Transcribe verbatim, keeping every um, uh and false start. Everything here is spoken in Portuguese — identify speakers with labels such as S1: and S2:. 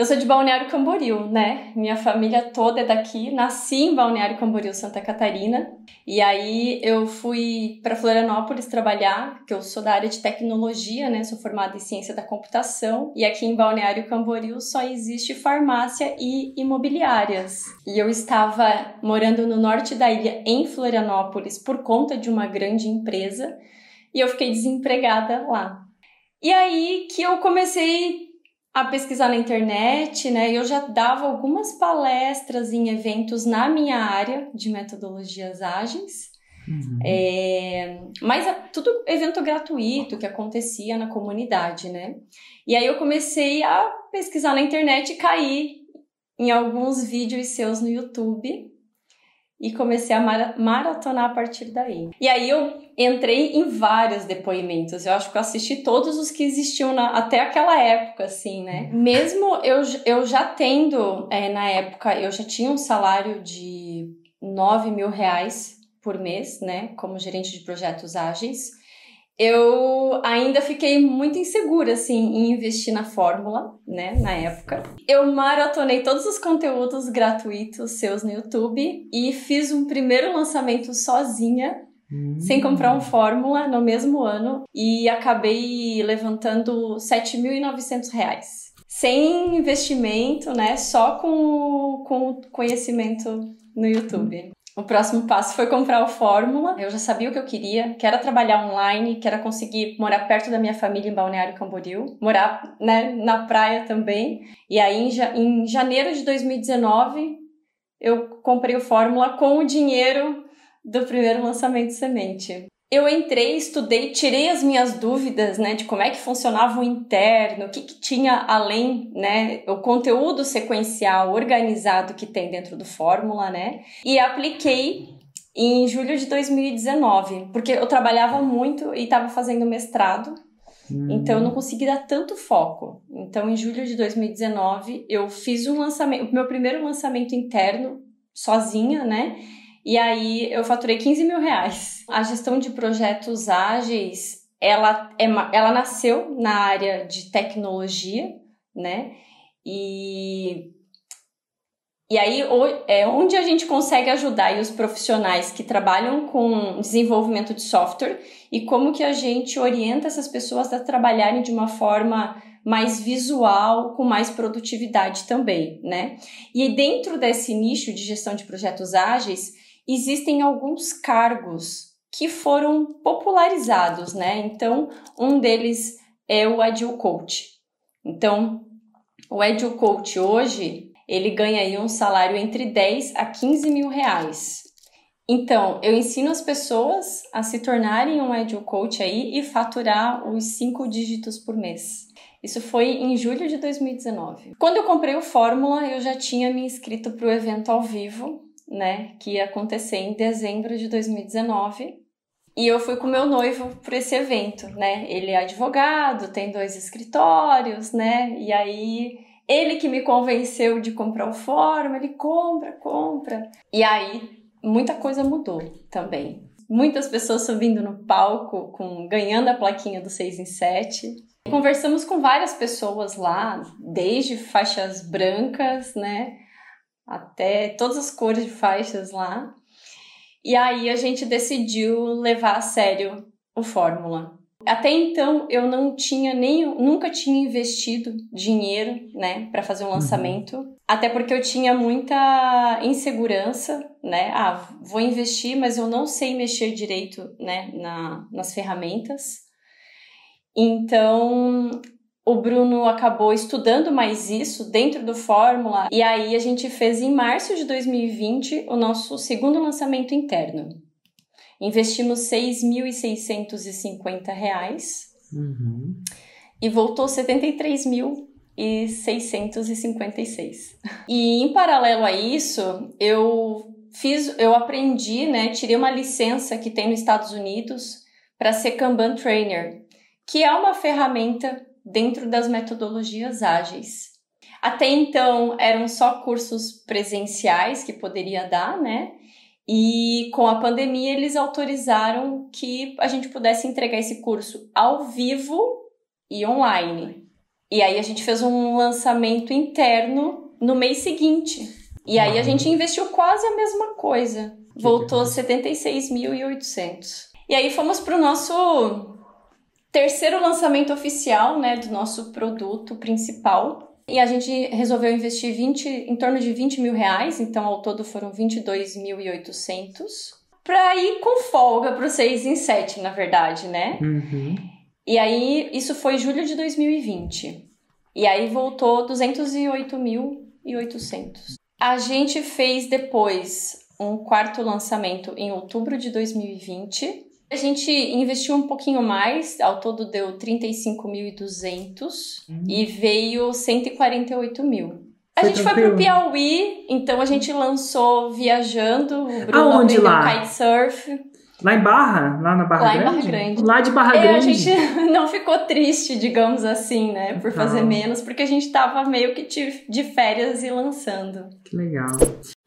S1: Eu sou de Balneário Camboriú, né? Minha família toda é daqui. Nasci em Balneário Camboriú, Santa Catarina. E aí eu fui para Florianópolis trabalhar, que eu sou da área de tecnologia, né? Sou formada em ciência da computação. E aqui em Balneário Camboriú só existe farmácia e imobiliárias. E eu estava morando no norte da ilha, em Florianópolis, por conta de uma grande empresa. E eu fiquei desempregada lá. E aí que eu comecei a pesquisar na internet, né? Eu já dava algumas palestras em eventos na minha área de metodologias ágeis, uhum. é, mas é tudo evento gratuito que acontecia na comunidade, né? E aí eu comecei a pesquisar na internet e caí em alguns vídeos seus no YouTube e comecei a mara- maratonar a partir daí. E aí eu entrei em vários depoimentos. Eu acho que eu assisti todos os que existiam na, até aquela época, assim, né? Mesmo eu, eu já tendo, é, na época, eu já tinha um salário de nove mil reais por mês, né? Como gerente de projetos ágeis. Eu ainda fiquei muito insegura, assim, em investir na fórmula, né, na época. Eu maratonei todos os conteúdos gratuitos seus no YouTube e fiz um primeiro lançamento sozinha, hum. sem comprar um fórmula, no mesmo ano, e acabei levantando sete mil e novecentos reais. Sem investimento, né, só com, com conhecimento no YouTube. O próximo passo foi comprar o Fórmula. Eu já sabia o que eu queria, que era trabalhar online, que era conseguir morar perto da minha família em Balneário Camboriú, morar, né, na praia também. E aí, em, ja- em janeiro de dois mil e dezenove, eu comprei o Fórmula com o dinheiro do primeiro lançamento semente. Eu entrei, estudei, tirei as minhas dúvidas, né, de como é que funcionava o interno, o que, que tinha além, né, o conteúdo sequencial organizado que tem dentro do Fórmula, né, e apliquei em julho de dois mil e dezenove, porque eu trabalhava muito e estava fazendo mestrado, hum. então eu não consegui dar tanto foco. Então, em julho de dois mil e dezenove, eu fiz um lançamento, o meu primeiro lançamento interno, sozinha, né, e aí eu faturei quinze mil reais. A gestão de projetos ágeis, ela, é, ela nasceu na área de tecnologia, né? E, e aí é onde a gente consegue ajudar os profissionais que trabalham com desenvolvimento de software e como que a gente orienta essas pessoas a trabalharem de uma forma mais visual, com mais produtividade também, né? E dentro desse nicho de gestão de projetos ágeis, existem alguns cargos que foram popularizados, né? Então, um deles é o Agile Coach. Então, o Agile Coach hoje, ele ganha aí um salário entre dez a quinze mil reais. Então, eu ensino as pessoas a se tornarem um Agile Coach aí e faturar os cinco dígitos por mês. Isso foi em julho de dois mil e dezenove. Quando eu comprei o Fórmula, eu já tinha me inscrito para o evento ao vivo, né, que ia acontecer em dezembro de dois mil e dezenove, e eu fui com meu noivo para esse evento, né, ele é advogado, tem dois escritórios, né, e aí ele que me convenceu de comprar o Fórmula, ele compra, compra, e aí muita coisa mudou também. Muitas pessoas subindo no palco, com, ganhando a plaquinha do seis em sete. Conversamos com várias pessoas lá, desde faixas brancas, né, até todas as cores de faixas lá. E aí a gente decidiu levar a sério o Fórmula. Até então eu não tinha nem, nunca tinha investido dinheiro, né, para fazer um lançamento. Uhum. Até porque eu tinha muita insegurança, né? Ah, vou investir, mas eu não sei mexer direito, né, na, nas ferramentas. Então, o Bruno acabou estudando mais isso dentro do Fórmula, e aí a gente fez em março de dois mil e vinte o nosso segundo lançamento interno. Investimos seis mil seiscentos e cinquenta reais, uhum. e voltou setenta e três mil seiscentos e cinquenta e seis. E em paralelo a isso, eu fiz, eu aprendi, né, tirei uma licença que tem nos Estados Unidos para ser Kanban Trainer, que é uma ferramenta dentro das metodologias ágeis. Até então, eram só cursos presenciais que poderia dar, né? E com a pandemia, eles autorizaram que a gente pudesse entregar esse curso ao vivo e online. E aí a gente fez um lançamento interno no mês seguinte. E aí a gente investiu quase a mesma coisa. Voltou setenta e seis mil e oitocentos. E aí fomos para o nosso terceiro lançamento oficial, né, do nosso produto principal. E a gente resolveu investir vinte, em torno de vinte mil reais, então ao todo foram vinte e dois mil e oitocentos. Para ir com folga para o seis em sete, na verdade, né?
S2: Uhum.
S1: E aí isso foi julho de dois mil e vinte. E aí voltou duzentos e oito mil e oitocentos. A gente fez depois um quarto lançamento em outubro de dois mil e vinte. A gente investiu um pouquinho mais, ao todo deu trinta e cinco mil e duzentos uhum. e veio cento e quarenta e oito mil. A foi gente tranquilo. Foi pro Piauí, então a gente lançou viajando, o Bruno
S2: Aonde
S1: aprendeu
S2: lá?
S1: kitesurf.
S2: Lá em Barra? Lá na Barra
S1: lá
S2: Grande?
S1: Lá em Barra Grande.
S2: Lá de Barra
S1: é,
S2: Grande.
S1: A gente não ficou triste, digamos assim, né? Por fazer menos, porque a gente tava meio que de férias e lançando.
S2: Que legal.